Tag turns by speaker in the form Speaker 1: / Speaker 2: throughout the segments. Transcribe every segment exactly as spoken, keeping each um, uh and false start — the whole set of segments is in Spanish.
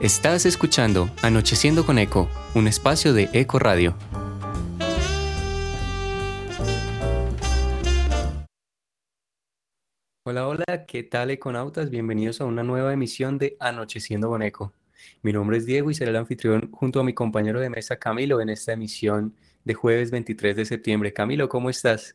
Speaker 1: Estás escuchando Anocheciendo con Eco, un espacio de Eco Radio. Hola, hola, ¿qué tal econautas? Bienvenidos a una nueva emisión de Anocheciendo con Eco. Mi nombre es Diego y seré el anfitrión junto a mi compañero de mesa Camilo en esta emisión de jueves veintitrés de septiembre. Camilo, ¿cómo estás?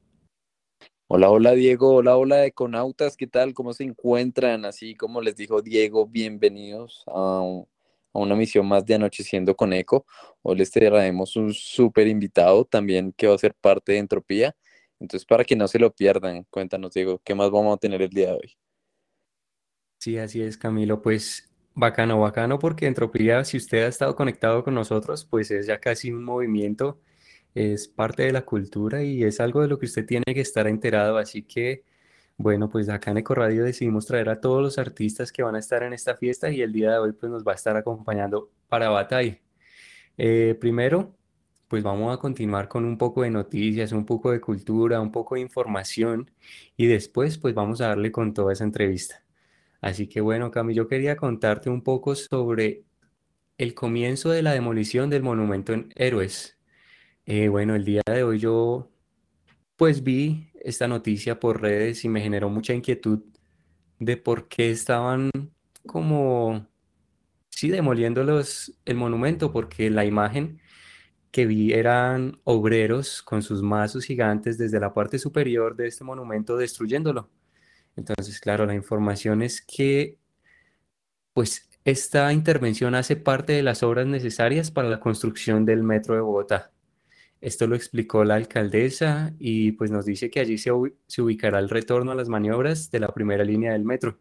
Speaker 2: Hola, hola Diego, hola, hola Econautas, ¿qué tal? ¿Cómo se encuentran? Así como les dijo Diego, bienvenidos a, un- a una misión más de Anocheciendo con Eco. Hoy les traemos un súper invitado también que va a ser parte de Entropía. Entonces, para que no se lo pierdan, cuéntanos, Diego, ¿qué más vamos a tener el día de hoy?
Speaker 1: Sí, así es, Camilo. Pues bacano, bacano, porque Entropía, si usted ha estado conectado con nosotros, pues es ya casi un movimiento, es parte de la cultura y es algo de lo que usted tiene que estar enterado. Así que, bueno, pues acá en Ecoradio decidimos traer a todos los artistas que van a estar en esta fiesta y el día de hoy pues nos va a estar acompañando para Batay. Eh, primero, pues vamos a continuar con un poco de noticias, un poco de cultura, un poco de información y después pues vamos a darle con toda esa entrevista. Así que bueno, Cami, yo quería contarte un poco sobre el comienzo de la demolición del monumento en Héroes. Eh, bueno, el día de hoy yo pues vi esta noticia por redes y me generó mucha inquietud de por qué estaban como, sí, demoliendo los, el monumento, porque la imagen que vi eran obreros con sus mazos gigantes desde la parte superior de este monumento destruyéndolo. Entonces, claro, la información es que pues esta intervención hace parte de las obras necesarias para la construcción del metro de Bogotá. Esto lo explicó la alcaldesa y pues nos dice que allí se, ubi- se ubicará el retorno a las maniobras de la primera línea del metro.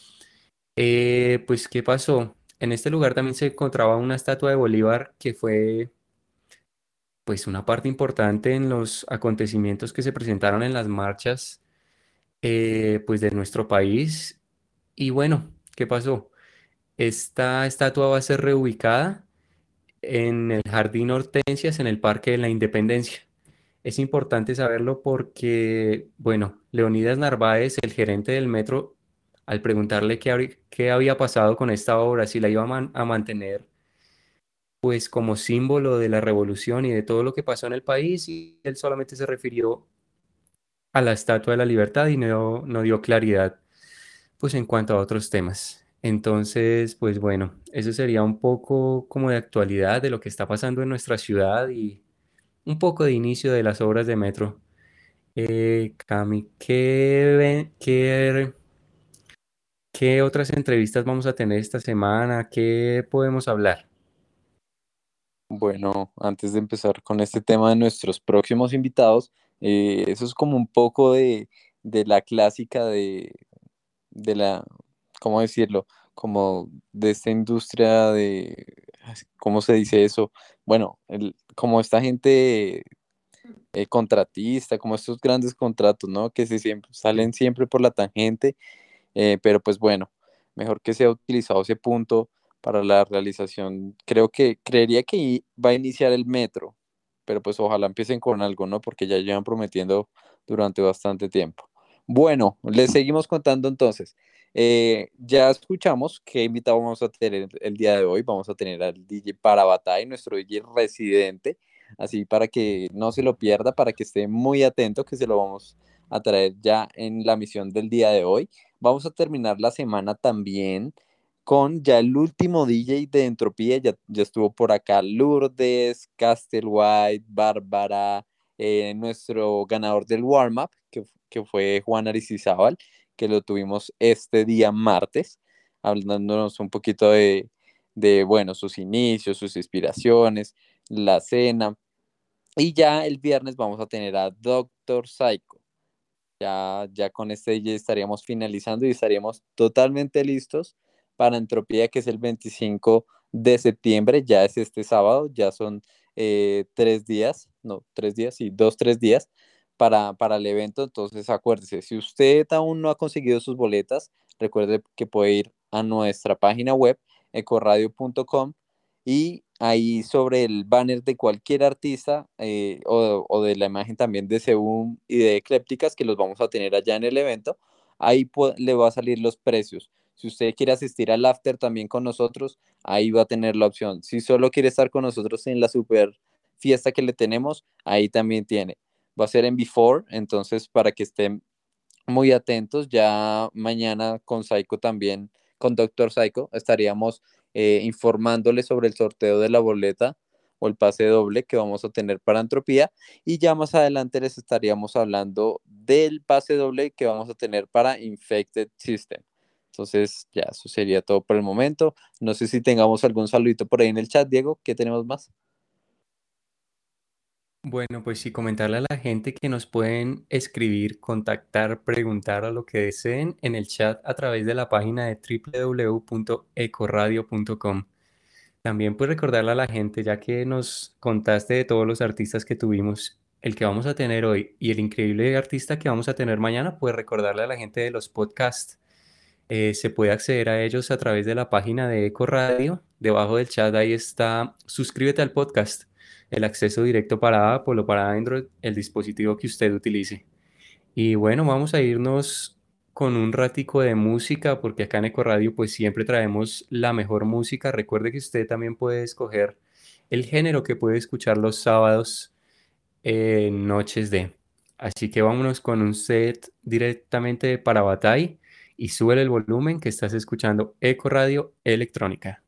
Speaker 1: Eh, pues, ¿qué pasó? En este lugar también se encontraba una estatua de Bolívar que fue pues una parte importante en los acontecimientos que se presentaron en las marchas eh, pues de nuestro país. Y bueno, ¿qué pasó? Esta estatua va a ser reubicada en el Jardín Hortensias, en el Parque de la Independencia. Es importante saberlo porque, bueno, Leonidas Narváez, el gerente del metro, al preguntarle qué, habrí- qué había pasado con esta obra, si la iba a, man- a mantener, pues como símbolo de la revolución y de todo lo que pasó en el país, y él solamente se refirió a la Estatua de la Libertad y no, no dio claridad, pues en cuanto a otros temas. Entonces, pues bueno, eso sería un poco como de actualidad de lo que está pasando en nuestra ciudad y un poco de inicio de las obras de metro. Eh, Cami, ¿qué, ve- qué, qué otras entrevistas vamos a tener esta semana? ¿Qué podemos hablar?
Speaker 2: Bueno, antes de empezar con este tema de nuestros próximos invitados, eh, eso es como un poco de, de la clásica de, de la, ¿cómo decirlo? Como de esta industria de, ¿cómo se dice eso? Bueno, el, como esta gente eh, contratista, como estos grandes contratos, ¿no? Que se siempre,
Speaker 1: Sí.
Speaker 2: salen siempre por la tangente, eh, pero pues bueno, mejor que sea utilizado ese punto para la realización. Creo que, creería que i- va a iniciar el metro, pero pues ojalá empiecen con algo, ¿no? Porque ya llevan prometiendo durante bastante tiempo. Bueno, les seguimos contando entonces. Eh, ya escuchamos qué invitado vamos a tener el día de hoy. Vamos a tener al D J Parabatay, nuestro D J residente, así para que no se lo pierda, para que esté muy atento, que se lo vamos a traer ya en la misión del día de hoy. Vamos a terminar la semana también con ya el último D J de Entropía. Ya, ya estuvo por acá Lourdes, Castlewhite, Bárbara, eh, nuestro ganador del warm-up, que, que fue Juan Aristizábal, que lo tuvimos este día martes, hablándonos un poquito de, de, bueno, sus inicios, sus inspiraciones, la cena. Y ya el viernes vamos a tener a Doctor Psycho. Ya, ya con este D J estaríamos finalizando y estaríamos totalmente listos para Entropía, que es el veinticinco de septiembre. Ya es este sábado, ya son eh, tres días, no, tres días, sí, dos, tres días para, para el evento. Entonces acuérdese, si usted aún no ha conseguido sus boletas, recuerde que puede ir a nuestra página web, ecoradio punto com, y ahí sobre el banner de cualquier artista, eh, o, o de la imagen también de Seúl y de Eclépticas, que los vamos a tener allá en el evento, ahí pu- le va a salir los precios. Si usted quiere asistir al after también con nosotros, ahí va a tener la opción. Si solo quiere estar con nosotros en la super fiesta que le tenemos, ahí también tiene. Va a ser en Before, entonces para que estén muy atentos, ya mañana con Psycho también, con Doctor Psycho, estaríamos eh, informándoles sobre el sorteo de la boleta o el pase doble que vamos a tener para Entropía, y ya más adelante les estaríamos hablando del pase doble que vamos a tener para Infected System. Entonces, ya eso sería todo por el momento. No sé si tengamos algún saludito por ahí en el chat, Diego. ¿Qué tenemos más?
Speaker 1: Bueno, pues sí, comentarle a la gente que nos pueden escribir, contactar, preguntar a lo que deseen en el chat a través de la página de w w w punto ecoradio punto com. También pues recordarle a la gente, ya que nos contaste de todos los artistas que tuvimos, el que vamos a tener hoy y el increíble artista que vamos a tener mañana, pues recordarle a la gente de los podcasts. Eh, se puede acceder a ellos a través de la página de Eco Radio. Debajo del chat ahí está, suscríbete al podcast, el acceso directo para Apple o para Android, el dispositivo que usted utilice. Y bueno, vamos a irnos con un ratico de música, porque acá en Eco Radio pues siempre traemos la mejor música. Recuerde que usted también puede escoger el género que puede escuchar los sábados en Noches de. Así que vámonos con un set directamente de Parabatay y sube el volumen que estás escuchando Eco Radio Electrónica.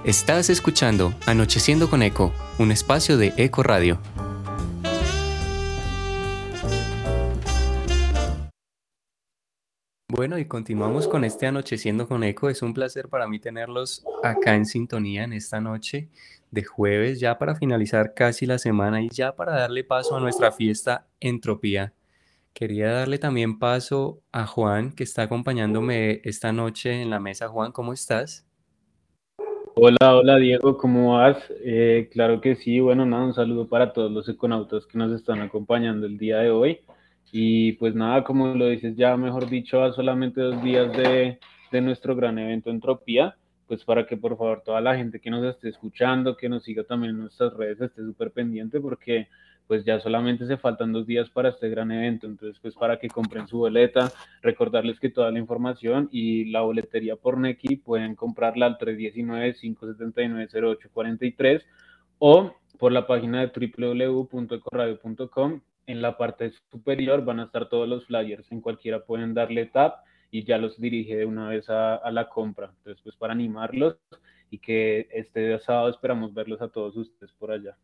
Speaker 1: Estás escuchando Anocheciendo con Eco, un espacio de Eco Radio. Bueno, y continuamos con este Anocheciendo con Eco. Es un placer para mí tenerlos acá en sintonía en esta noche de jueves, ya para finalizar casi la semana y ya para darle paso a nuestra fiesta Entropía. Quería darle también paso a Juan, que está acompañándome esta noche en la mesa. Juan, ¿cómo estás?
Speaker 3: Hola, hola Diego, ¿cómo vas? Eh, claro que sí, bueno, nada, un saludo para todos los econautas que nos están acompañando el día de hoy. Y pues nada, como lo dices ya, mejor dicho, a solamente dos días de, de nuestro gran evento Entropía, pues para que por favor toda la gente que nos esté escuchando, que nos siga también en nuestras redes, esté súper pendiente porque pues ya solamente se faltan dos días para este gran evento, entonces pues para que compren su boleta, recordarles que toda la información y la boletería por Nequi pueden comprarla al tres uno nueve, cinco siete nueve, cero ocho cuatro tres o por la página de w w w punto ecoradio punto com. En la parte superior van a estar todos los flyers, en cualquiera pueden darle tap y ya los dirige de una vez a, a la compra. Entonces, pues para animarlos y que este sábado esperamos verlos a todos ustedes por allá.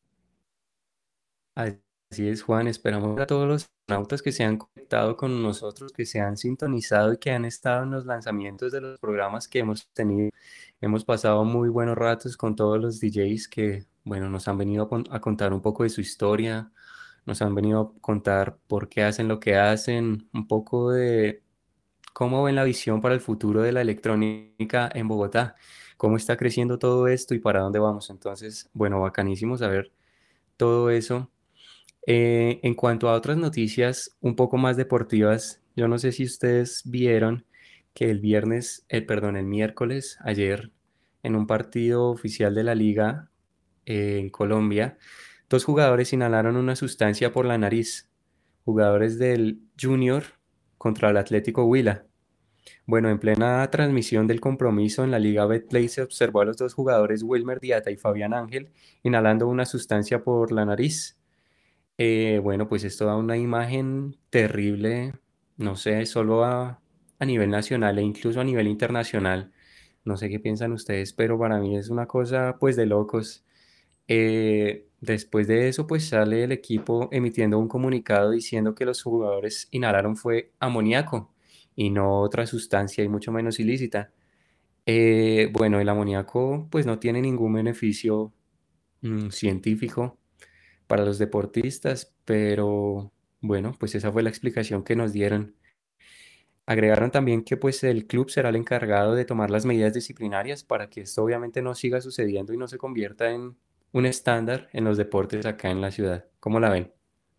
Speaker 1: Así es, Juan. Esperamos a todos los nautas que se han conectado con nosotros, que se han sintonizado y que han estado en los lanzamientos de los programas que hemos tenido. Hemos pasado muy buenos ratos con todos los D Js que, bueno, nos han venido a, con- a contar un poco de su historia, nos han venido a contar por qué hacen lo que hacen, un poco de cómo ven la visión para el futuro de la electrónica en Bogotá, cómo está creciendo todo esto y para dónde vamos. Entonces, bueno, bacanísimo saber todo eso. Eh, en cuanto a otras noticias un poco más deportivas, yo no sé si ustedes vieron que el viernes, el perdón, el miércoles, ayer, en un partido oficial de la liga eh, en Colombia, dos jugadores inhalaron una sustancia por la nariz, jugadores del Junior contra el Atlético Huila. Bueno, en plena transmisión del compromiso en la Liga Betplay se observó a los dos jugadores Wilmer Diata y Fabián Ángel inhalando una sustancia por la nariz. Eh, bueno, pues esto da una imagen terrible, no sé, solo a, a nivel nacional e incluso a nivel internacional. No sé qué piensan ustedes, pero para mí es una cosa pues de locos. Eh, después de eso, pues sale el equipo emitiendo un comunicado diciendo que los jugadores inhalaron fue amoníaco y no otra sustancia y mucho menos ilícita. Eh, bueno, el amoníaco pues no tiene ningún beneficio mm, científico para los deportistas, pero bueno, pues esa fue la explicación que nos dieron. Agregaron también que pues el club será el encargado de tomar las medidas disciplinarias para que esto obviamente no siga sucediendo y no se convierta en un estándar en los deportes acá en la ciudad. ¿Cómo la ven?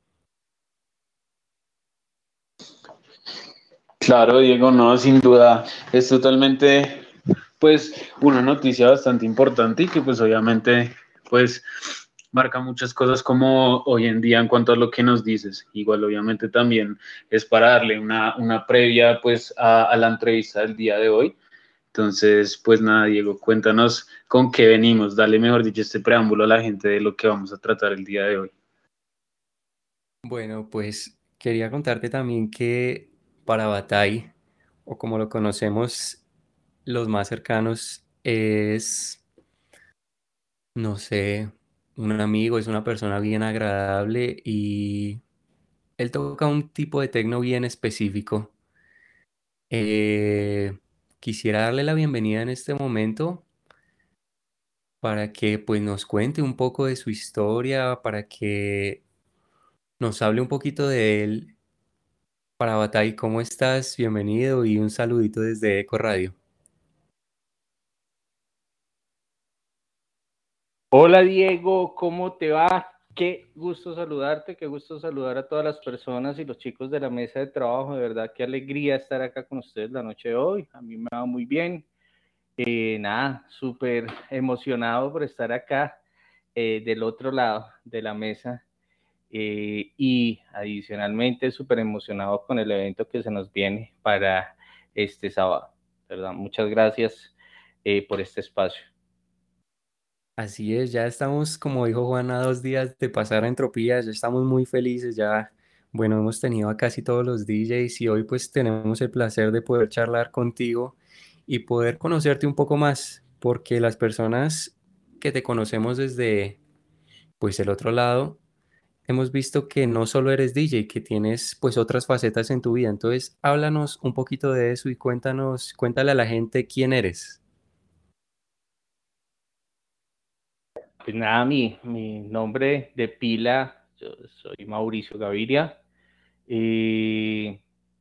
Speaker 3: Claro, Diego, no, sin duda, es totalmente, pues, una noticia bastante importante y que, pues, obviamente, pues, marca muchas cosas como hoy en día en cuanto a lo que nos dices. Igual, obviamente, también es para darle una, una previa, pues, a, a la entrevista del día de hoy. Entonces, pues nada, Diego, cuéntanos con qué venimos. Dale, mejor dicho, este preámbulo a la gente de lo que vamos a tratar el día de hoy.
Speaker 1: Bueno, pues quería contarte también que para Bataille, o como lo conocemos los más cercanos, es, no sé, un amigo, es una persona bien agradable y él toca un tipo de tecno bien específico. Eh, Quisiera darle la bienvenida en este momento para que pues nos cuente un poco de su historia, para que nos hable un poquito de él. Para Batay, ¿cómo estás? Bienvenido y un saludito desde Eco Radio.
Speaker 4: Hola Diego, ¿cómo te va? Qué gusto saludarte, qué gusto saludar a todas las personas y los chicos de la mesa de trabajo. De verdad, qué alegría estar acá con ustedes la noche de hoy. A mí me va muy bien. Eh, nada, súper emocionado por estar acá eh, del otro lado de la mesa eh, y adicionalmente súper emocionado con el evento que se nos viene para este sábado. ¿Verdad? Muchas gracias eh, por este espacio.
Speaker 1: Así es, ya estamos, como dijo Juan, a dos días de pasar a Entropía, ya estamos muy felices, ya, bueno, hemos tenido a casi todos los D Js y hoy pues tenemos el placer de poder charlar contigo y poder conocerte un poco más, porque las personas que te conocemos desde pues el otro lado, hemos visto que no solo eres D J, que tienes pues otras facetas en tu vida. Entonces, háblanos un poquito de eso y cuéntanos, cuéntale a la gente quién eres.
Speaker 4: Pues nada, mi, mi nombre de pila, yo soy Mauricio Gaviria. Y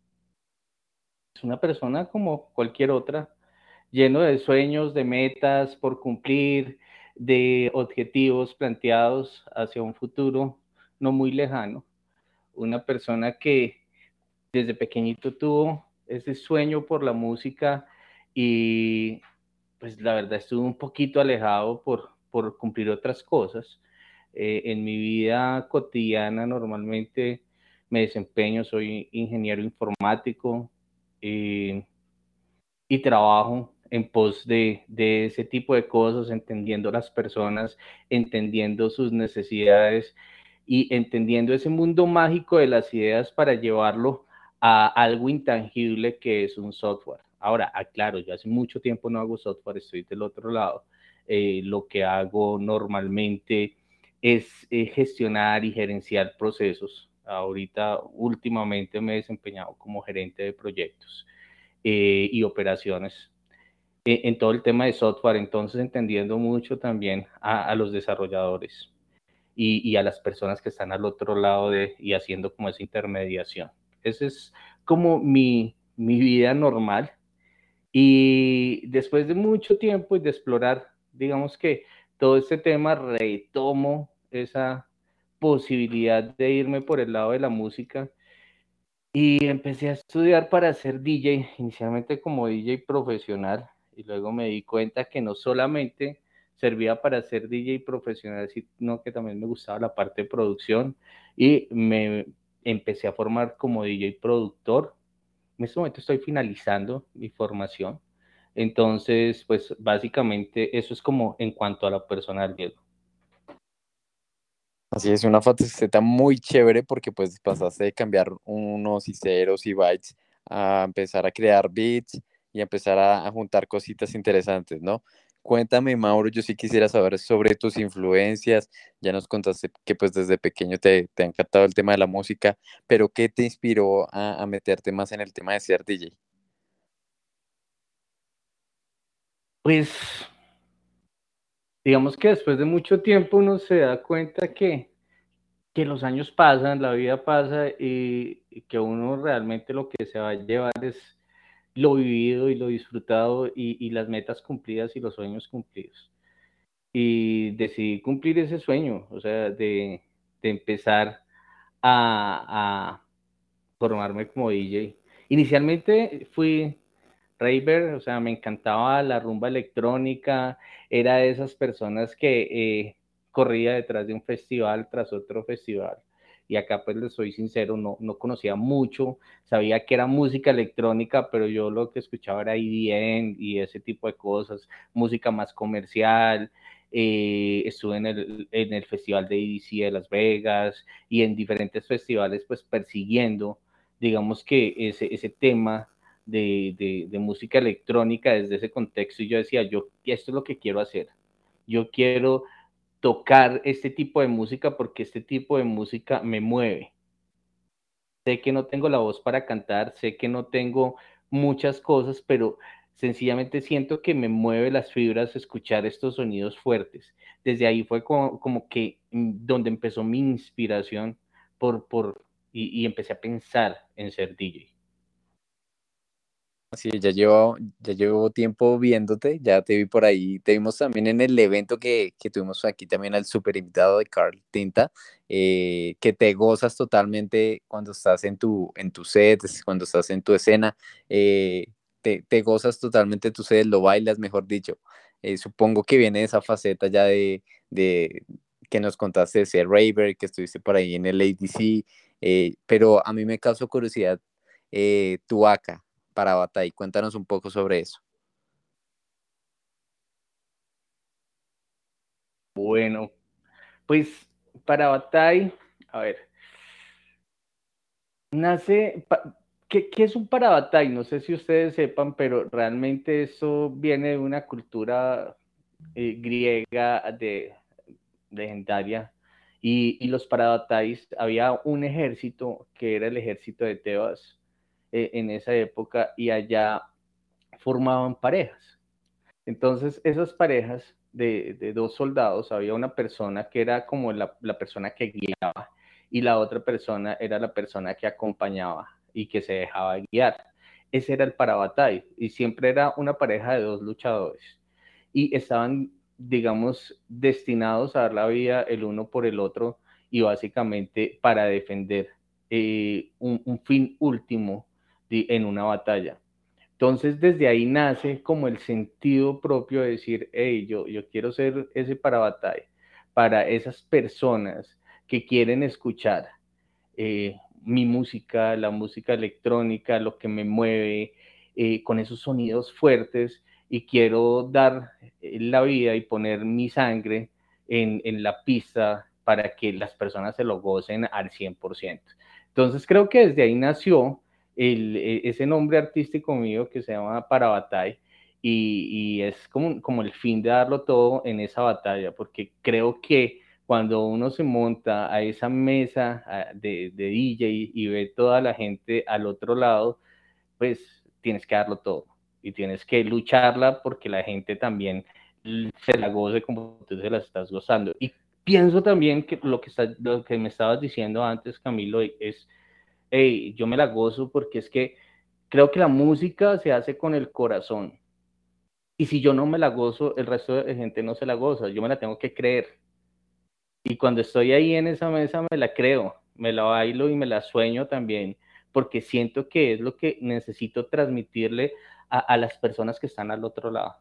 Speaker 4: es una persona como cualquier otra, lleno de sueños, de metas por cumplir, de objetivos planteados hacia un futuro no muy lejano. Una persona que desde pequeñito tuvo ese sueño por la música y pues la verdad estuve un poquito alejado por, por cumplir otras cosas. Eh, en mi vida cotidiana normalmente me desempeño, soy ingeniero informático eh, y trabajo en pos de, de ese tipo de cosas, entendiendo las personas, entendiendo sus necesidades y entendiendo ese mundo mágico de las ideas para llevarlo a algo intangible que es un software. Ahora, aclaro, yo hace mucho tiempo no hago software, estoy del otro lado. Eh, lo que hago normalmente es eh, gestionar y gerenciar procesos. Ahorita, últimamente me he desempeñado como gerente de proyectos eh, y operaciones eh, en todo el tema de software, entonces entendiendo mucho también a, a los desarrolladores y, y, a las personas que están al otro lado de y haciendo como esa intermediación. Esa es como mi, mi vida normal y después de mucho tiempo y de explorar, digamos que todo este tema, retomo esa posibilidad de irme por el lado de la música y empecé a estudiar para ser D J, inicialmente como D J profesional, y luego me di cuenta que no solamente servía para ser D J profesional, sino que también me gustaba la parte de producción, y me empecé a formar como D J productor. En este momento estoy finalizando mi formación, entonces, pues básicamente eso es como en cuanto a lo personal, Diego.
Speaker 2: Así es, una faceta muy chévere porque pues pasaste de cambiar unos y ceros y bytes a empezar a crear beats y a empezar a, a juntar cositas interesantes, ¿no? Cuéntame, Mauro, yo sí quisiera saber sobre tus influencias. Ya nos contaste que pues desde pequeño te, te ha encantado el tema de la música, pero ¿qué te inspiró a, a meterte más en el tema de ser D J?
Speaker 4: Pues digamos que después de mucho tiempo uno se da cuenta que que los años pasan, la vida pasa y, y, que uno realmente lo que se va a llevar es lo vivido y lo disfrutado y, y las metas cumplidas y los sueños cumplidos. Y decidí cumplir ese sueño, o sea, de, de empezar a, a formarme como D J. Inicialmente fui raver, o sea, me encantaba la rumba electrónica, era de esas personas que eh, corría detrás de un festival tras otro festival. Y acá pues les soy sincero, no, no conocía mucho, sabía que era música electrónica, pero yo lo que escuchaba era E D M y ese tipo de cosas, música más comercial. Eh, estuve en el, en el Festival de E D C de Las Vegas y en diferentes festivales pues persiguiendo, digamos que ese, ese tema de, de, de, música electrónica desde ese contexto y yo decía, yo esto es lo que quiero hacer, yo quiero tocar este tipo de música porque este tipo de música me mueve. Sé que no tengo la voz para cantar, sé que no tengo muchas cosas, pero sencillamente siento que me mueve las fibras escuchar estos sonidos fuertes. Desde ahí fue como, como que donde empezó mi inspiración por, por, y, y empecé a pensar en ser D J.
Speaker 2: Sí, ya llevo, ya llevo tiempo viéndote, ya te vi por ahí, te vimos también en el evento que, que tuvimos aquí también al super invitado de Carl Tinta, eh, que te gozas totalmente cuando estás en tu, en tu set, cuando estás en tu escena, eh, te, te gozas totalmente tu set, lo bailas, mejor dicho. Eh, supongo que viene esa faceta ya de, de que nos contaste de ser raver, que estuviste por ahí en el A D C, eh, pero a mí me causó curiosidad eh, tu acá para Bataille. Cuéntanos un poco sobre eso.
Speaker 4: Bueno, pues para Bataille, a ver, nace, ¿Qué, qué es un Parabatay? No sé si ustedes sepan, pero realmente eso viene de una cultura eh, griega de, legendaria. Y, y los Parabatays, había un ejército que era el ejército de Tebas eh, en esa época, y allá formaban parejas. Entonces, esas parejas de, de dos soldados, había una persona que era como la, la persona que guiaba, y la otra persona era la persona que acompañaba y que se dejaba guiar. Ese era el Parabatay, y siempre era una pareja de dos luchadores. Y estaban, digamos, destinados a dar la vida el uno por el otro, y básicamente para defender eh, un, un fin último de, en una batalla. Entonces, desde ahí nace como el sentido propio de decir, hey, yo, yo quiero ser ese Parabatay para esas personas que quieren escuchar eh, mi música, la música electrónica, lo que me mueve, eh, con esos sonidos fuertes, y quiero dar eh, la vida y poner mi sangre en, en la pista para que las personas se lo gocen al cien por ciento. Entonces, creo que desde ahí nació el, ese nombre artístico mío que se llama Parabatay, y, y es como, como el fin de darlo todo en esa batalla, porque creo que cuando uno se monta a esa mesa de, de D J y ve toda la gente al otro lado, pues tienes que darlo todo y tienes que lucharla porque la gente también se la goce como tú se la estás gozando. Y pienso también que lo que, está, lo que me estabas diciendo antes, Camilo, es, hey, yo me la gozo porque es que creo que la música se hace con el corazón. Y si yo no me la gozo, el resto de gente no se la goza. Yo me la tengo que creer. Y cuando estoy ahí en esa mesa me la creo, me la bailo y me la sueño también, porque siento que es lo que necesito transmitirle a, a las personas que están al otro lado.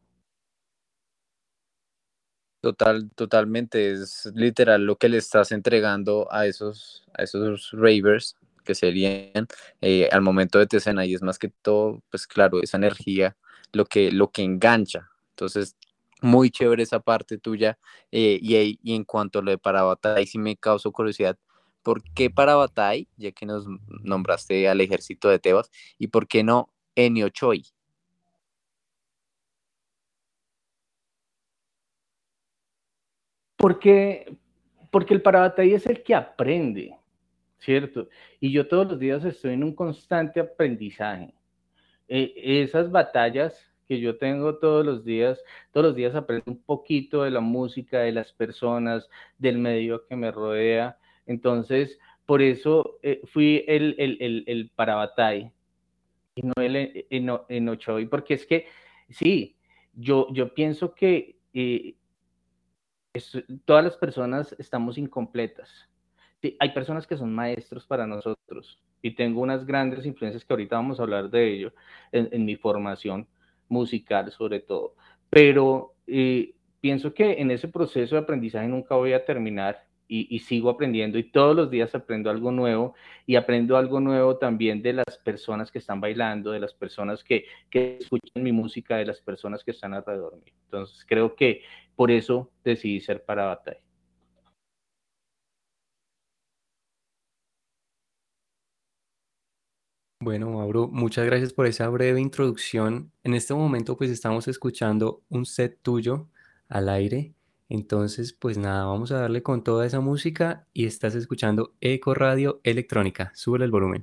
Speaker 2: Total, totalmente, es literal lo que le estás entregando a esos, a esos ravers que serían eh, al momento de tu escena, y es más que todo, pues claro, esa energía, lo que, lo que engancha. Entonces, muy chévere esa parte tuya. eh, y, y en cuanto a lo de Parabatay, sí me causó curiosidad, ¿por qué Parabatay, ya que nos nombraste al ejército de Tebas, y por qué no Ennio Choi?
Speaker 4: Porque, porque el Parabatay es el que aprende, ¿cierto? Y yo todos los días estoy en un constante aprendizaje. Eh, esas batallas que yo tengo todos los días, todos los días aprendo un poquito de la música, de las personas, del medio que me rodea. Entonces, por eso eh, fui el, el, el, el Parabatay y no el en Ochoa, porque es que sí, yo, yo pienso que eh, es, todas las personas estamos incompletas. Sí, hay personas que son maestros para nosotros, y tengo unas grandes influencias que ahorita vamos a hablar de ello en, en mi formación musical sobre todo, pero eh, pienso que en ese proceso de aprendizaje nunca voy a terminar, y, y sigo aprendiendo, y todos los días aprendo algo nuevo, y aprendo algo nuevo también de las personas que están bailando, de las personas que, que escuchan mi música, de las personas que están alrededor mío. Entonces creo que por eso decidí ser Parabatay.
Speaker 1: Bueno, Mauro, muchas gracias por esa breve introducción. En este momento pues estamos escuchando un set tuyo al aire. Entonces, pues nada, vamos a darle con toda esa música, y estás escuchando Eco Radio Electrónica. Sube el volumen.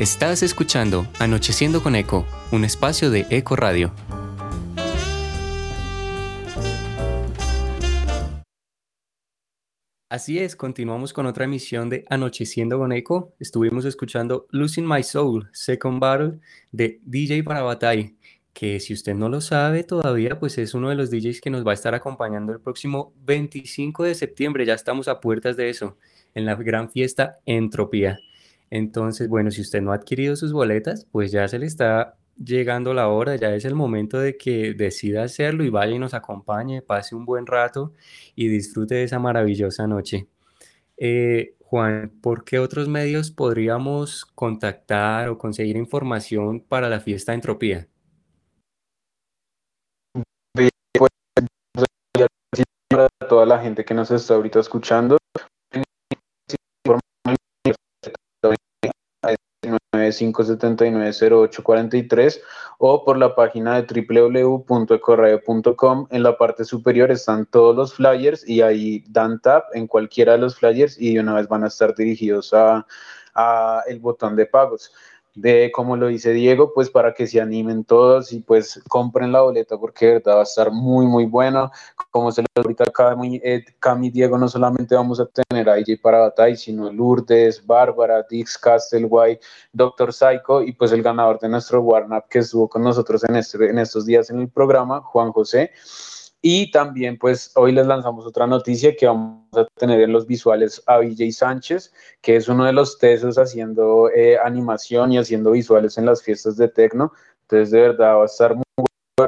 Speaker 1: Estás escuchando Anocheciendo con Eco, un espacio de Eco Radio. Así es, continuamos con otra emisión de Anocheciendo con Eco. Estuvimos escuchando Losing My Soul, Second Battle, de D J Parabatay, que si usted no lo sabe todavía, pues es uno de los D Js que nos va a estar acompañando el próximo veinticinco de septiembre. Ya estamos a puertas de eso, en la gran fiesta Entropía. Entonces, bueno, si usted no ha adquirido sus boletas, pues ya se le está llegando la hora, ya es el momento de que decida hacerlo y vaya y nos acompañe, pase un buen rato y disfrute de esa maravillosa noche. Eh, Juan, ¿por qué otros medios podríamos contactar o conseguir información para la fiesta Entropía?
Speaker 3: Pues, para toda la gente que nos está ahorita escuchando, nueve cinco siete nueve cero ocho cuatro tres o por la página de w w w punto ecoradio punto com. En la parte superior están todos los flyers y ahí dan tap en cualquiera de los flyers y de una vez van a estar dirigidos a, a el botón de pagos. De como lo dice Diego, pues para que se animen todos y pues compren la boleta porque de verdad va a estar muy muy bueno. Como se les ahorita acá, eh, Cami y Diego, no solamente vamos a tener a D J Parabatay, sino Lourdes, Bárbara, Dix, Castlewhite, Doctor Psycho y pues el ganador de nuestro Warm Up que estuvo con nosotros en, este, en estos días en el programa, Juan José. Y también pues hoy les lanzamos otra noticia que vamos a tener en los visuales a V J Sánchez, que es uno de los tesos haciendo eh, animación y haciendo visuales en las fiestas de Tecno. Entonces de verdad va a estar muy bueno.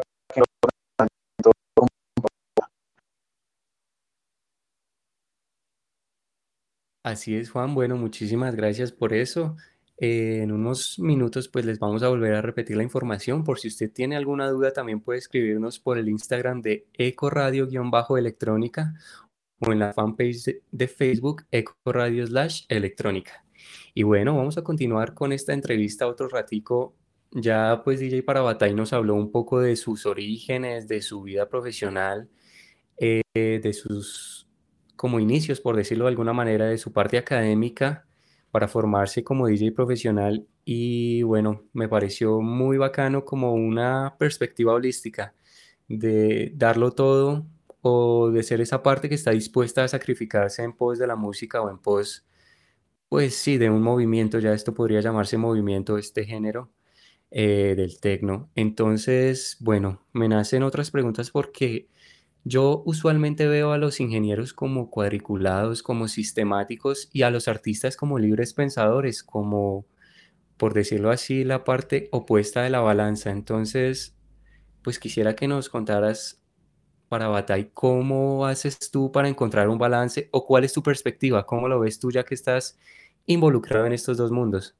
Speaker 1: Así es, Juan. Bueno, muchísimas gracias por eso. Eh, en unos minutos, pues les vamos a volver a repetir la información. Por si usted tiene alguna duda, también puede escribirnos por el Instagram de ecoradio-electrónica o en la fanpage de, de Facebook ecoradio slash electrónica. Y bueno, vamos a continuar con esta entrevista otro ratico. Ya pues D J Parabatay nos habló un poco de sus orígenes, de su vida profesional, eh, de sus como inicios, por decirlo de alguna manera, de su parte académica para formarse como D J profesional. Y bueno, me pareció muy bacano como una perspectiva holística de darlo todo o de ser esa parte que está dispuesta a sacrificarse en pos de la música o en pos, pues sí, de un movimiento. Ya esto podría llamarse movimiento, este género eh, del tecno. Entonces, bueno, me nacen otras preguntas porque yo usualmente veo a los ingenieros como cuadriculados, como sistemáticos y a los artistas como libres pensadores, como, por decirlo así, la parte opuesta de la balanza. Entonces, pues quisiera que nos contaras para Bataille, ¿cómo haces tú para encontrar un balance o cuál es tu perspectiva? ¿Cómo lo ves tú ya que estás involucrado en estos dos mundos?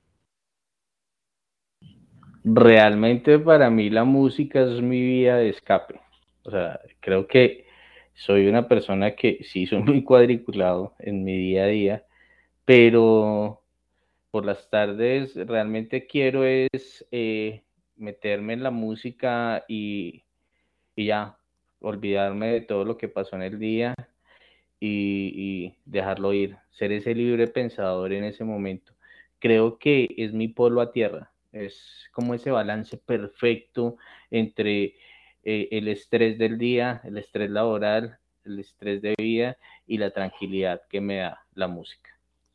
Speaker 4: Realmente para mí la música es mi vía de escape. O sea, creo que soy una persona que sí soy muy cuadriculado en mi día a día, pero por las tardes realmente quiero es eh, meterme en la música y, y ya, olvidarme de todo lo que pasó en el día y, y dejarlo ir, ser ese libre pensador en ese momento. Creo que es mi polo a tierra, es como ese balance perfecto entre eh, el estrés del día, el estrés laboral, el estrés de vida y la tranquilidad que me da la música.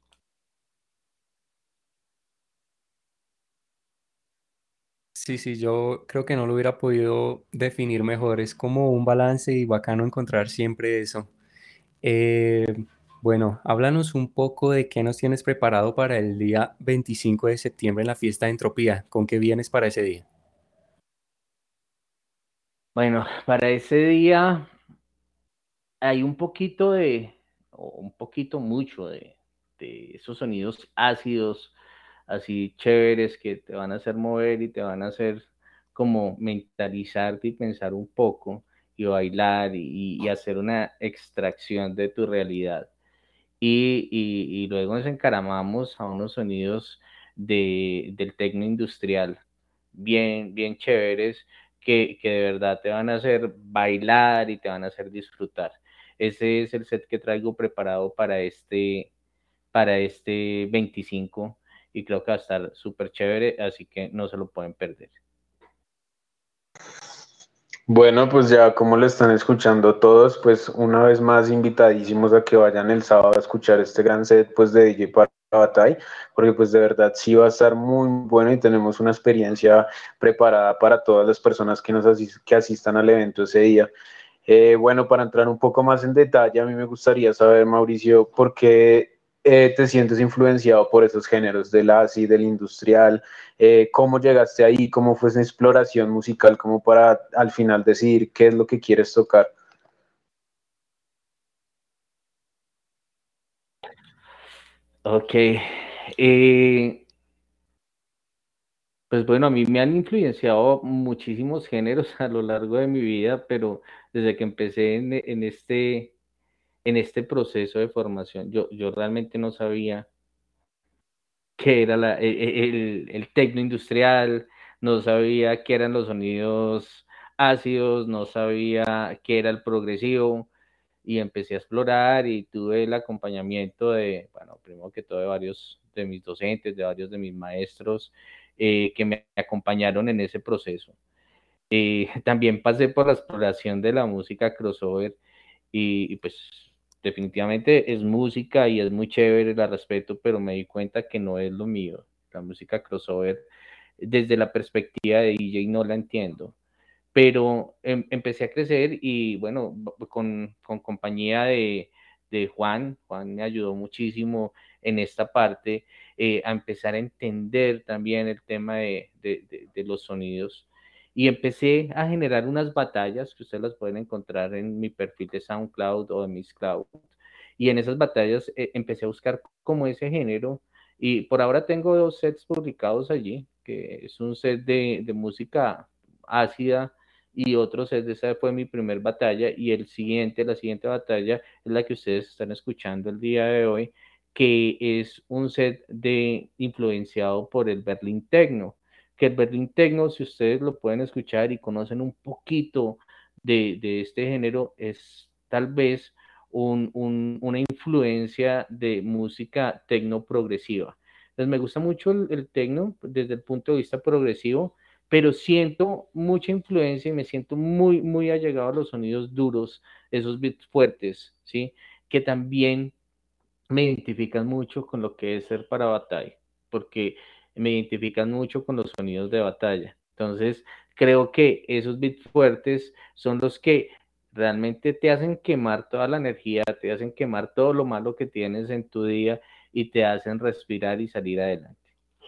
Speaker 1: Sí, sí, yo creo que no lo hubiera podido definir mejor. Es como un balance y bacano encontrar siempre eso. Eh, bueno, háblanos un poco de qué nos tienes preparado para el día veinticinco de septiembre en la fiesta de Entropía. ¿Con qué vienes para ese día?
Speaker 4: Bueno, para ese día hay un poquito de, o un poquito mucho de, de esos sonidos ácidos, así chéveres que te van a hacer mover y te van a hacer como mentalizarte y pensar un poco y bailar y, y hacer una extracción de tu realidad. Y, y, y luego nos encaramamos a unos sonidos de, del tecno industrial bien, bien chéveres que, que de verdad te van a hacer bailar y te van a hacer disfrutar. Ese es el set que traigo preparado para este, para este veinticinco y creo que va a estar súper chévere, así que no se lo pueden perder.
Speaker 3: Bueno, pues ya como lo están escuchando todos, pues una vez más invitadísimos a que vayan el sábado a escuchar este gran set pues de D J Parabatay, porque pues de verdad sí va a estar muy bueno y tenemos una experiencia preparada para todas las personas que nos asis que asistan al evento ese día. Eh, bueno, para entrar un poco más en detalle, a mí me gustaría saber, Mauricio, por qué eh, te sientes influenciado por esos géneros del acid, del industrial, eh, cómo llegaste ahí, cómo fue esa exploración musical, como para al final decidir qué es lo que quieres tocar.
Speaker 4: Ok, eh, pues bueno, a mí me han influenciado muchísimos géneros a lo largo de mi vida, pero desde que empecé en, en este, en este proceso de formación, yo, yo realmente no sabía qué era la, el, el, el tecno industrial, no sabía qué eran los sonidos ácidos, no sabía qué era el progresivo, y empecé a explorar y tuve el acompañamiento de, bueno, primero que todo de varios de mis docentes, de varios de mis maestros eh, que me acompañaron en ese proceso. Eh, también pasé por la exploración de la música crossover y, y pues definitivamente es música y es muy chévere, la respeto, pero me di cuenta que no es lo mío. La música crossover, desde la perspectiva de D J, no la entiendo. Pero em, empecé a crecer y bueno, con, con compañía de, de Juan, Juan me ayudó muchísimo en esta parte eh, a empezar a entender también el tema de, de, de, de los sonidos y empecé a generar unas batallas que ustedes las pueden encontrar en mi perfil de SoundCloud o de Miss Cloud. Y en esas batallas eh, empecé a buscar como ese género y por ahora tengo dos sets publicados allí, que es un set de, de música ácida y otro set, esa fue mi primer batalla y el siguiente, la siguiente batalla es la que ustedes están escuchando el día de hoy, que es un set de influenciado por el Berlin Techno, que el Berlin Techno, si ustedes lo pueden escuchar y conocen un poquito de, de este género, es tal vez un, un, una influencia de música tecno progresiva. Entonces me gusta mucho el, el tecno desde el punto de vista progresivo, pero siento mucha influencia y me siento muy, muy allegado a los sonidos duros, esos beats fuertes, ¿sí? Que también me identifican mucho con lo que es ser para batalla, porque me identifican mucho con los sonidos de batalla. Entonces, creo que esos beats fuertes son los que realmente te hacen quemar toda la energía, te hacen quemar todo lo malo que tienes en tu día y te hacen respirar y salir adelante.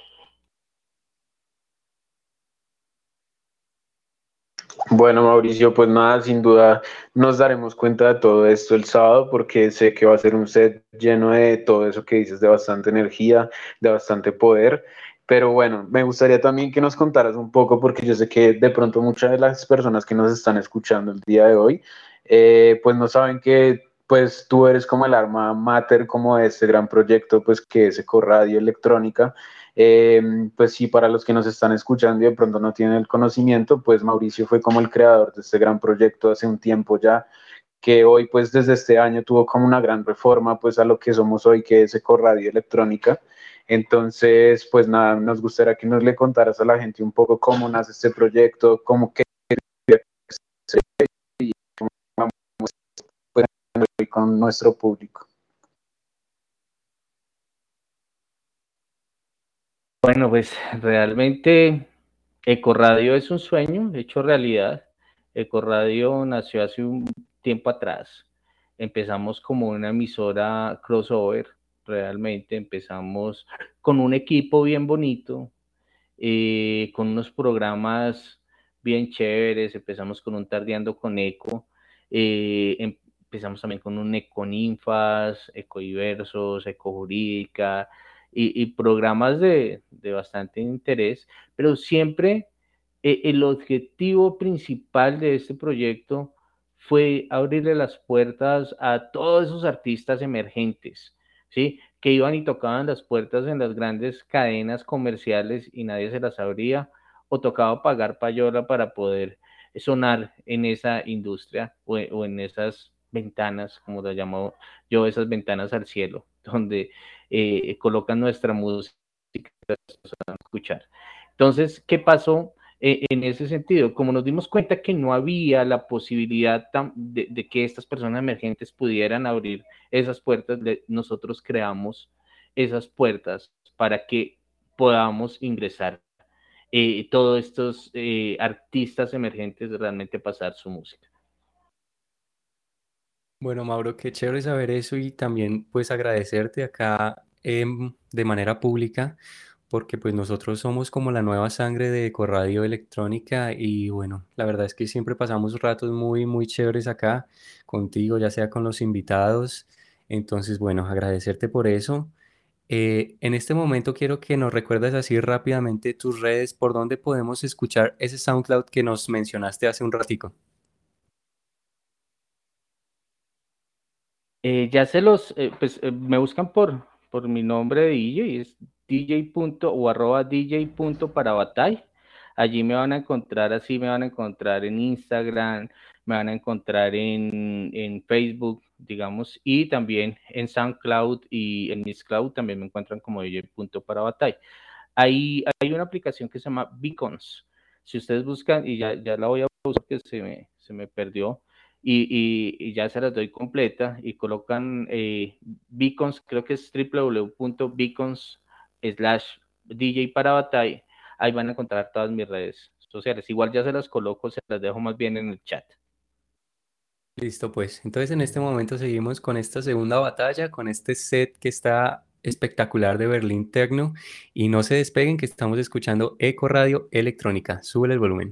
Speaker 3: Bueno, Mauricio, pues nada, sin duda nos daremos cuenta de todo esto el sábado porque sé que va a ser un set lleno de todo eso que dices, de bastante energía, de bastante poder. Pero bueno, me gustaría también que nos contaras un poco porque yo sé que de pronto muchas de las personas que nos están escuchando el día de hoy, eh, pues no saben que pues tú eres como el alma mater como de este gran proyecto pues que es Ecoradio Electrónica. Eh, pues sí, para los que nos están escuchando y de pronto no tienen el conocimiento, pues Mauricio fue como el creador de este gran proyecto hace un tiempo ya, que hoy pues desde este año tuvo como una gran reforma pues a lo que somos hoy, que es Ecoradio Electrónica. Entonces, pues nada, nos gustaría que nos le contaras a la gente un poco cómo nace este proyecto, cómo que y cómo vamos pues, con nuestro público.
Speaker 4: Bueno, pues realmente Ecoradio es un sueño hecho realidad. Ecoradio nació hace un tiempo atrás. Empezamos como una emisora crossover, realmente empezamos con un equipo bien bonito, eh, con unos programas bien chéveres. Empezamos con un Tardeando con Eco, eh, em, empezamos también con un Econinfas, Ecoiversos, Ecojurídica y, y programas de, de bastante interés, pero siempre eh, el objetivo principal de este proyecto fue abrirle las puertas a todos esos artistas emergentes, ¿sí? Que iban y tocaban las puertas en las grandes cadenas comerciales y nadie se las abría, o tocaba pagar payola para poder sonar en esa industria o, o en esas ventanas, como lo llamo yo, esas ventanas al cielo, donde eh, colocan nuestra música personas a escuchar. Entonces, ¿qué pasó eh, en ese sentido? Como nos dimos cuenta que no había la posibilidad tan, de, de que estas personas emergentes pudieran abrir esas puertas, de, nosotros creamos esas puertas para que podamos ingresar eh, todos estos eh, artistas emergentes realmente pasar su música.
Speaker 1: Bueno, Mauro, qué chévere saber eso y también pues agradecerte acá em, de manera pública porque pues nosotros somos como la nueva sangre de Ecoradio Electrónica y bueno, la verdad es que siempre pasamos ratos muy, muy chéveres acá contigo, ya sea con los invitados. Entonces, bueno, agradecerte por eso. Eh, en este momento quiero que nos recuerdes así rápidamente tus redes, por donde podemos escuchar ese SoundCloud que nos mencionaste hace un ratico.
Speaker 4: Eh, ya se los, eh, pues eh, me buscan por, por mi nombre de D J, es dj. o arroba dj.parabatay. Allí me van a encontrar, así me van a encontrar en Instagram, me van a encontrar en, en Facebook, digamos, y también en SoundCloud y en Mixcloud también me encuentran como dj.parabatay. Ahí hay una aplicación que se llama Beacons. Si ustedes buscan, y ya, ya la voy a buscar que se me, se me perdió, y, y, y ya se las doy completa, y colocan eh, Beacons, creo que es www.beacons slash dj para batalla. Ahí van a encontrar todas mis redes sociales. Igual ya se las coloco, se las dejo más bien en el chat.
Speaker 1: Listo, pues. Entonces en este momento seguimos con esta segunda batalla, con este set que está espectacular de Berlín Techno. Y no se despeguen que estamos escuchando Eco Radio Electrónica. Sube el volumen.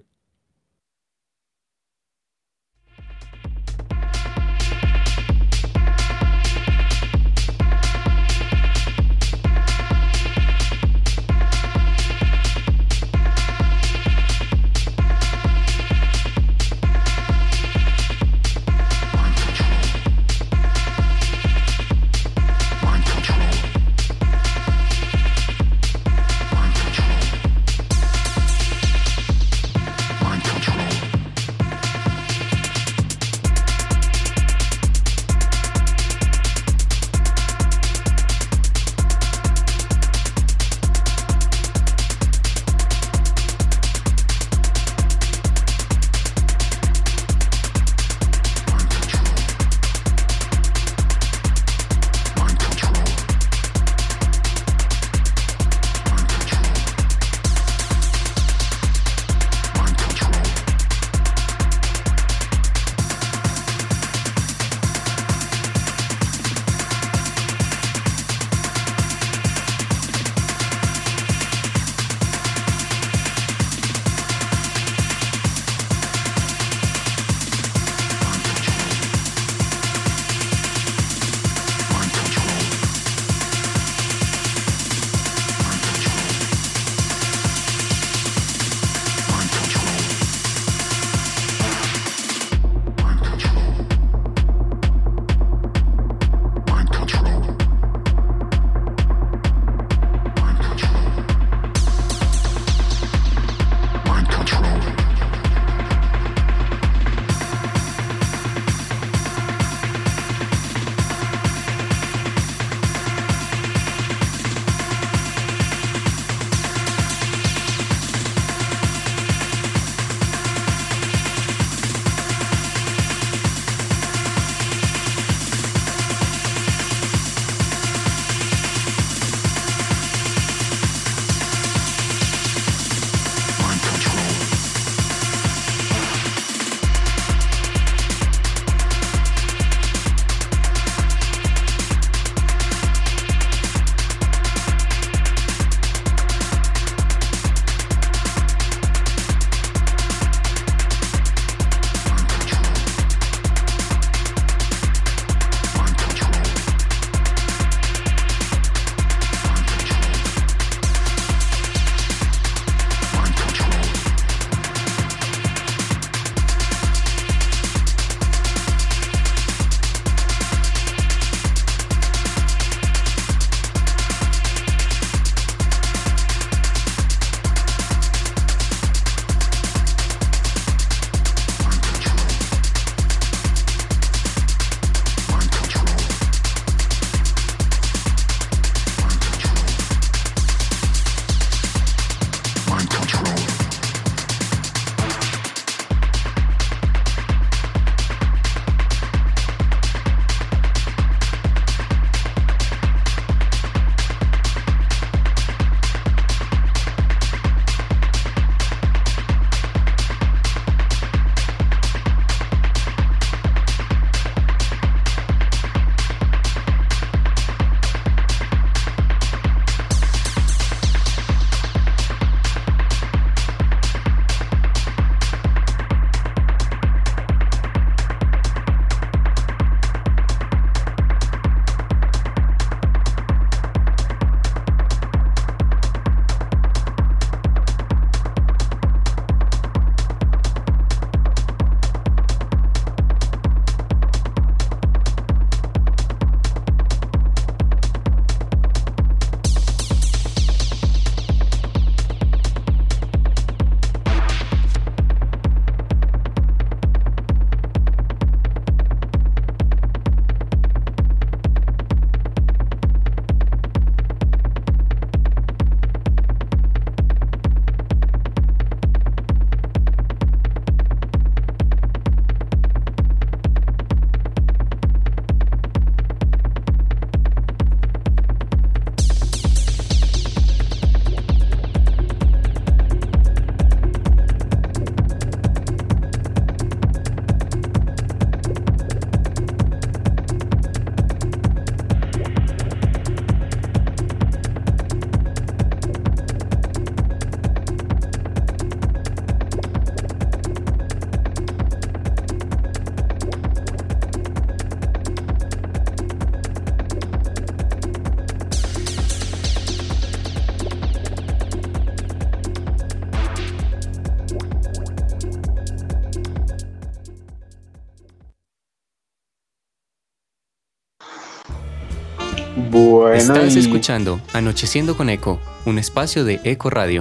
Speaker 3: Bueno,
Speaker 1: Estás
Speaker 3: y
Speaker 1: escuchando Anocheciendo con Eco, un espacio de Eco Radio.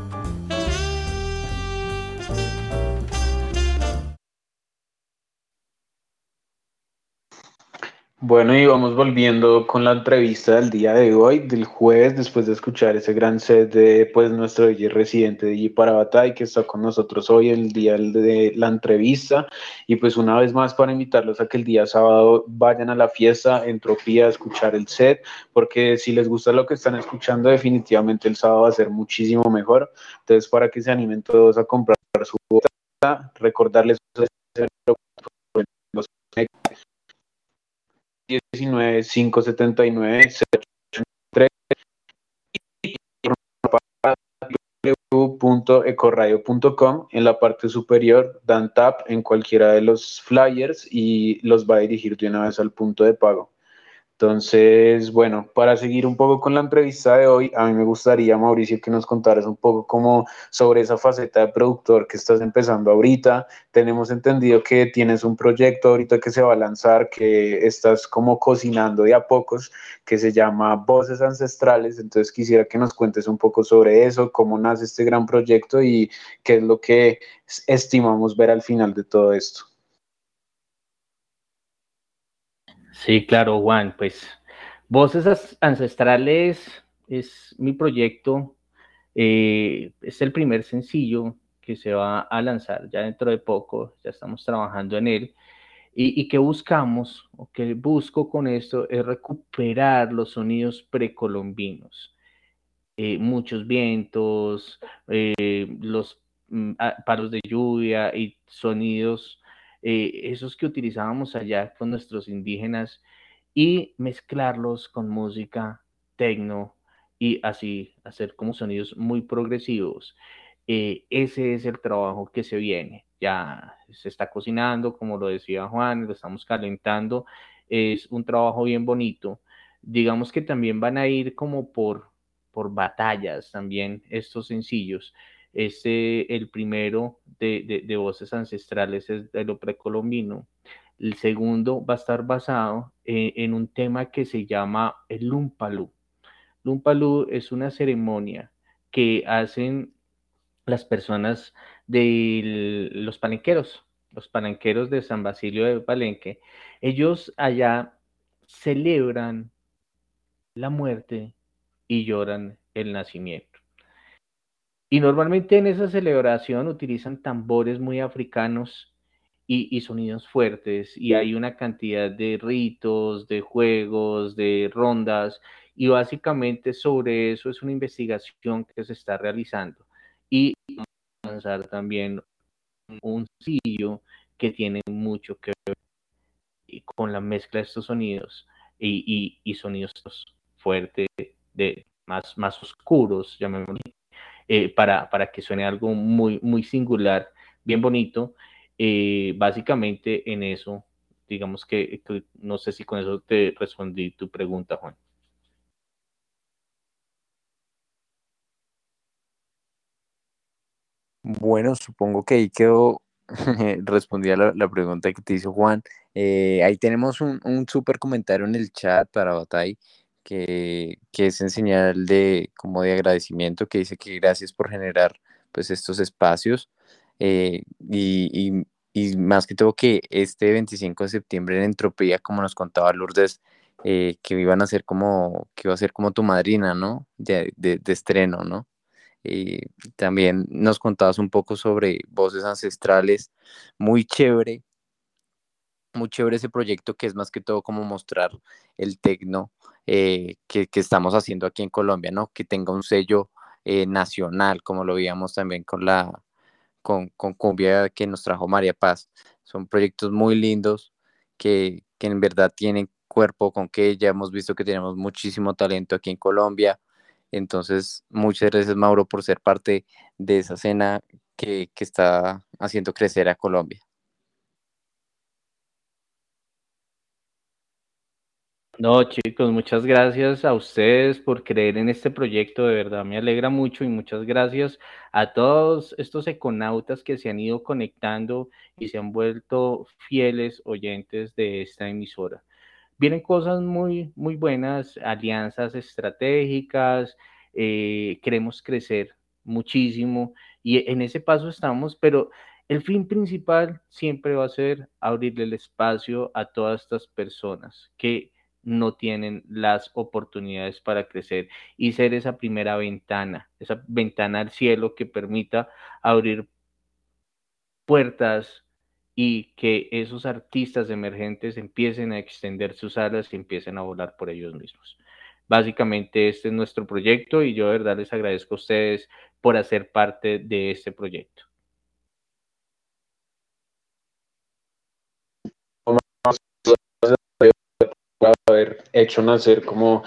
Speaker 3: bueno, y vamos volviendo con la entrevista del día de hoy, del jueves, después de escuchar ese gran set de pues nuestro D J residente D J Parabatay, que está con nosotros hoy el día de la entrevista. Y pues una vez más para invitarlos a que el día sábado vayan a la fiesta Entropía a escuchar el set, porque si les gusta lo que están escuchando, definitivamente el sábado va a ser muchísimo mejor. Entonces, para que se animen todos a comprar su bota, recordarles los diecinueve cinco setenta y nueve tres punto ecoradio punto com. En la parte superior dan tap en cualquiera de los flyers y los va a dirigir de una vez al punto de pago. Entonces, bueno, para seguir un poco con la entrevista de hoy, a mí me gustaría, Mauricio, que nos contaras un poco como sobre esa faceta de productor que estás empezando ahorita. Tenemos entendido que tienes un proyecto ahorita que se va a lanzar, que estás como cocinando de a pocos, que se llama Voces Ancestrales. Entonces, quisiera que nos cuentes un poco sobre eso, cómo nace este gran proyecto y qué es lo que estimamos ver al final de todo esto.
Speaker 4: Sí, claro, Juan, pues Voces Ancestrales es mi proyecto, eh, es el primer sencillo que se va a lanzar ya dentro de poco, ya estamos trabajando en él. ¿Y, y qué buscamos o qué busco con esto? Es recuperar los sonidos precolombinos, eh, muchos vientos, eh, los mm, a- paros de lluvia y sonidos, eh, esos que utilizábamos allá con nuestros indígenas y mezclarlos con música tecno y así hacer como sonidos muy progresivos. Eh, ese es el trabajo que se viene. Ya se está cocinando, como lo decía Juan, lo estamos calentando. Es un trabajo bien bonito. Digamos que también van a ir como por, por batallas también estos sencillos. Este, el primero de, de, de Voces Ancestrales es de lo precolombino. El segundo va a estar basado en, en un tema que se llama el Lumpalú. Lumpalú es una ceremonia que hacen las personas de los palenqueros, los palenqueros de San Basilio de Palenque. Ellos allá celebran la muerte y lloran el nacimiento. Y normalmente en esa celebración utilizan tambores muy africanos y, y, sonidos fuertes, y hay una cantidad de ritos, de juegos, de rondas, y básicamente sobre eso es una investigación que se está realizando. Y lanzar también un sencillo que tiene mucho que ver con la mezcla de estos sonidos y, y, y sonidos fuertes, de, más, más oscuros, llamémoslo, eh, para, para que suene algo muy, muy singular, bien bonito. Eh, básicamente en eso, digamos que, que no sé si con eso te respondí tu pregunta, Juan.
Speaker 2: Bueno, supongo que ahí quedó, respondí la, la pregunta que te hizo Juan. Eh, ahí tenemos un, un súper comentario en el chat para Batay, que, que es en señal de, como de agradecimiento, que dice que gracias por generar pues estos espacios, eh, y, y, y más que todo que este veinticinco de septiembre en Entropía, como nos contaba Lourdes, eh, que iban a ser como, que iba a ser como tu madrina, ¿no? De, de, de estreno, ¿no? Y también nos contabas un poco sobre Voces Ancestrales, muy chévere, muy chévere ese proyecto que es más que todo como mostrar el tecno, eh, que, que estamos haciendo aquí en Colombia, ¿no? Que tenga un sello eh, nacional, como lo veíamos también con la con, con Cumbia que nos trajo María Paz. Son proyectos muy lindos que, que en verdad tienen cuerpo con que ya hemos visto que tenemos muchísimo talento aquí en Colombia. Entonces, muchas gracias, Mauro, por ser parte de esa escena que, que está haciendo crecer a Colombia.
Speaker 4: No, chicos, muchas gracias a ustedes por creer en este proyecto, de verdad me alegra mucho, y muchas gracias a todos estos econautas que se han ido conectando y se han vuelto fieles oyentes de esta emisora. vienen cosas muy, muy buenas, alianzas estratégicas, eh, queremos crecer muchísimo y en ese paso estamos, pero el fin principal siempre va a ser abrirle el espacio a todas estas personas que no tienen las oportunidades para crecer y ser esa primera ventana, esa ventana al cielo que permita abrir puertas y que esos artistas emergentes empiecen a extender sus alas y empiecen a volar por ellos mismos. Básicamente este es nuestro proyecto y yo de verdad les agradezco a ustedes por hacer parte de este proyecto.
Speaker 3: Haber hecho nacer como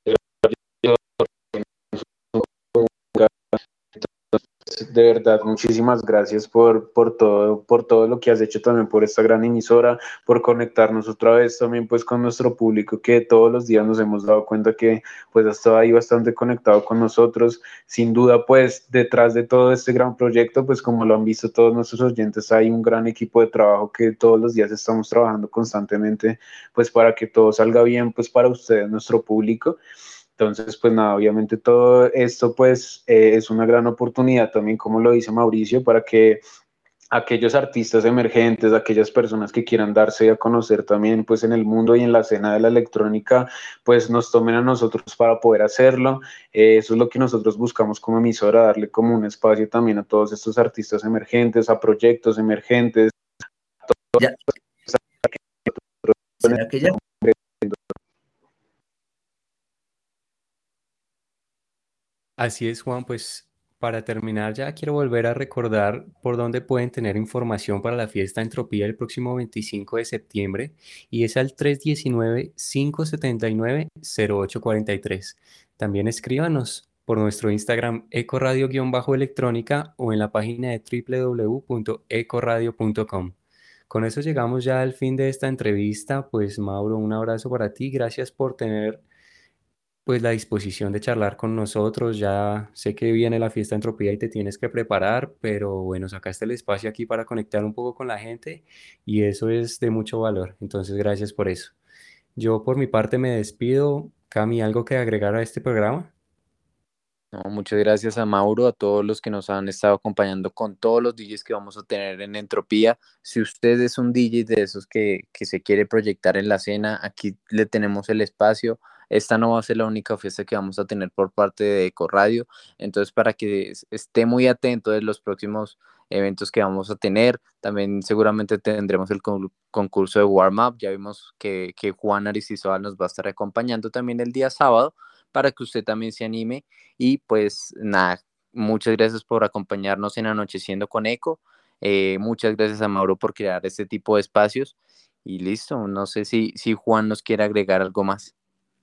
Speaker 3: de verdad, muchísimas gracias por, por todo, por todo lo que has hecho también por esta gran emisora, por conectarnos otra vez también pues con nuestro público que todos los días nos hemos dado cuenta que pues ha estado ahí bastante conectado con nosotros. Sin duda pues detrás de todo este gran proyecto pues como lo han visto todos nuestros oyentes hay un gran equipo de trabajo que todos los días estamos trabajando constantemente pues para que todo salga bien pues para ustedes, nuestro público. Entonces, pues nada, obviamente todo esto pues eh, es una gran oportunidad también, como lo dice Mauricio, para que aquellos artistas emergentes, aquellas personas que quieran darse a conocer también pues en el mundo y en la escena de la electrónica, pues nos tomen a nosotros para poder hacerlo. Eh, eso es lo que nosotros buscamos como emisora, darle como un espacio también a todos estos artistas emergentes, a proyectos emergentes.
Speaker 5: Ya, ¿será que ya?
Speaker 1: Así es, Juan, pues para terminar ya quiero volver a recordar por dónde pueden tener información para la fiesta Entropía el próximo veinticinco de septiembre y es al tres uno nueve, cinco siete nueve, cero ocho cuatro tres. También escríbanos por nuestro Instagram ecoradio-electrónica o en la página de w w w punto ecoradio punto com. Con eso llegamos ya al fin de esta entrevista. Pues Mauro, un abrazo para ti. Gracias por tener pues la disposición de charlar con nosotros. Ya sé que viene la fiesta Entropía y te tienes que preparar, pero bueno, sacaste el espacio aquí para conectar un poco con la gente y eso es de mucho valor. Entonces, gracias por eso. Yo por mi parte me despido. Cami, ¿algo que agregar a este programa?
Speaker 2: No, muchas gracias a Mauro, a todos los que nos han estado acompañando con todos los D Js que vamos a tener en Entropía. Si usted es un D J de esos que, que se quiere proyectar en la escena, aquí le tenemos el espacio. Esta no va a ser la única fiesta que vamos a tener por parte de Eco Radio. Entonces, para que esté muy atento de los próximos eventos que vamos a tener, también seguramente tendremos el con concurso de Warm Up. Ya vimos que, que Juan Aristizábal nos va a estar acompañando también el día sábado para que usted también se anime. Y pues nada, muchas gracias por acompañarnos en Anocheciendo con Eco. Eh, muchas gracias a Mauro por crear este tipo de espacios. Y listo, no sé si, si Juan nos quiere agregar algo más.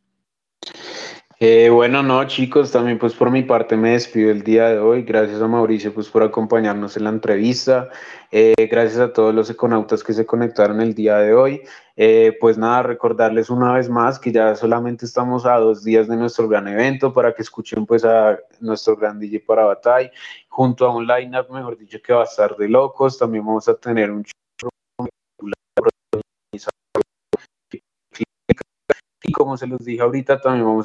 Speaker 3: Eh, bueno, no, chicos, también pues por mi parte me despido el día de hoy. Gracias a Mauricio pues por acompañarnos en la entrevista. Eh, gracias a todos los econautas que se conectaron el día de hoy. Eh, pues nada, recordarles una vez más que ya solamente estamos a dos días de nuestro gran evento para que escuchen pues a nuestro gran D J para Batalla junto a un line-up, mejor dicho, que va a estar de locos. También vamos a tener un y como se los dije ahorita, también vamos a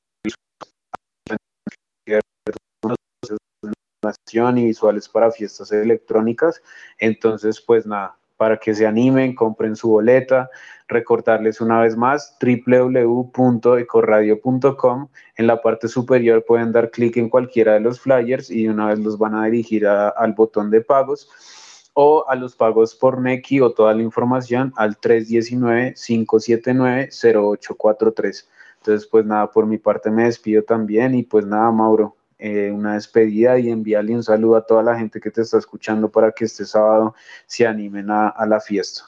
Speaker 3: y visuales para fiestas electrónicas. Entonces, pues nada, para que se animen, compren su boleta. Recordarles una vez más, w w w punto ecoradio punto com. En la parte superior pueden dar clic en cualquiera de los flyers y una vez los van a dirigir a, al botón de pagos o a los pagos por Nequi o toda la información al tres uno nueve, cinco siete nueve, cero ocho cuatro tres. Entonces, pues nada, por mi parte me despido también y pues nada, Mauro, eh, una despedida y enviarle un saludo a toda la gente que te está escuchando para que este sábado se animen a, a la fiesta.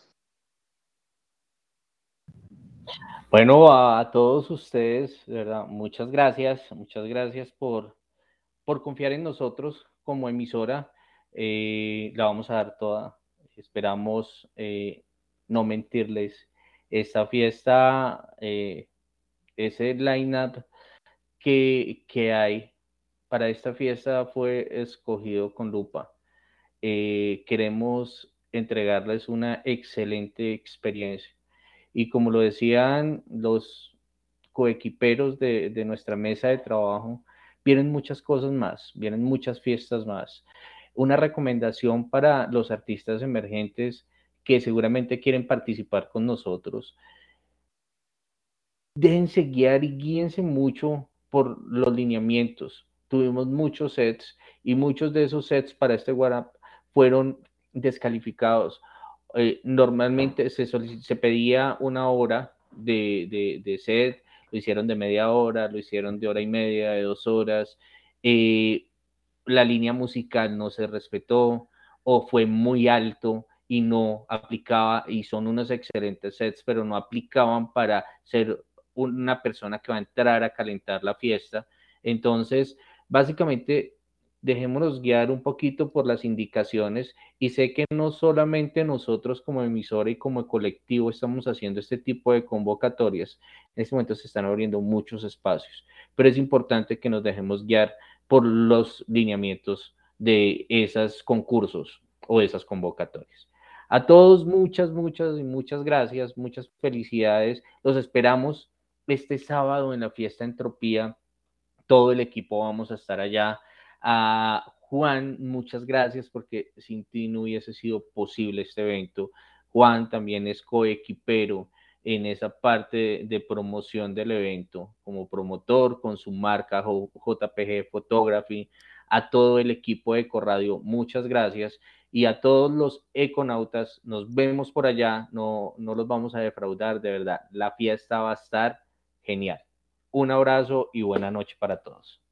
Speaker 4: Bueno, a, a todos ustedes, de verdad, muchas gracias, muchas gracias por, por confiar en nosotros como emisora. Eh, la vamos a dar toda. Esperamos eh, no mentirles. Esta fiesta, eh, ese line-up que, que hay para esta fiesta fue escogido con lupa. Eh, queremos entregarles una excelente experiencia. Y como lo decían los coequiperos de, de nuestra mesa de trabajo, vienen muchas cosas más, vienen muchas fiestas más. Una recomendación para los artistas emergentes que seguramente quieren participar con nosotros: déjense guiar y guíense mucho por los lineamientos. Tuvimos muchos sets y muchos de esos sets para este Warap fueron descalificados. Eh, normalmente se, se, pedía una hora de, de, de, set, lo hicieron de media hora, lo hicieron de hora y media, de dos horas. Eh, la línea musical no se respetó o fue muy alto y no aplicaba, y son unos excelentes sets, pero no aplicaban para ser una persona que va a entrar a calentar la fiesta. Entonces, básicamente, dejémonos guiar un poquito por las indicaciones, y sé que no solamente nosotros como emisora y como colectivo estamos haciendo este tipo de convocatorias. En este momento se están abriendo muchos espacios, pero es importante que nos dejemos guiar por los lineamientos de esos concursos o esas convocatorias. A todos muchas, muchas y muchas gracias, muchas felicidades. Los esperamos este sábado en la fiesta Entropía. Todo el equipo vamos a estar allá. A Juan, muchas gracias, porque sin ti no hubiese sido posible este evento. Juan también es coequipero en esa parte de, de promoción del evento, como promotor con su marca J P G Photography. A todo el equipo de Ecoradio, muchas gracias. Y a todos los econautas, nos vemos por allá, no, no los vamos a defraudar, de verdad, la fiesta va a estar genial. Un abrazo y buena noche para todos.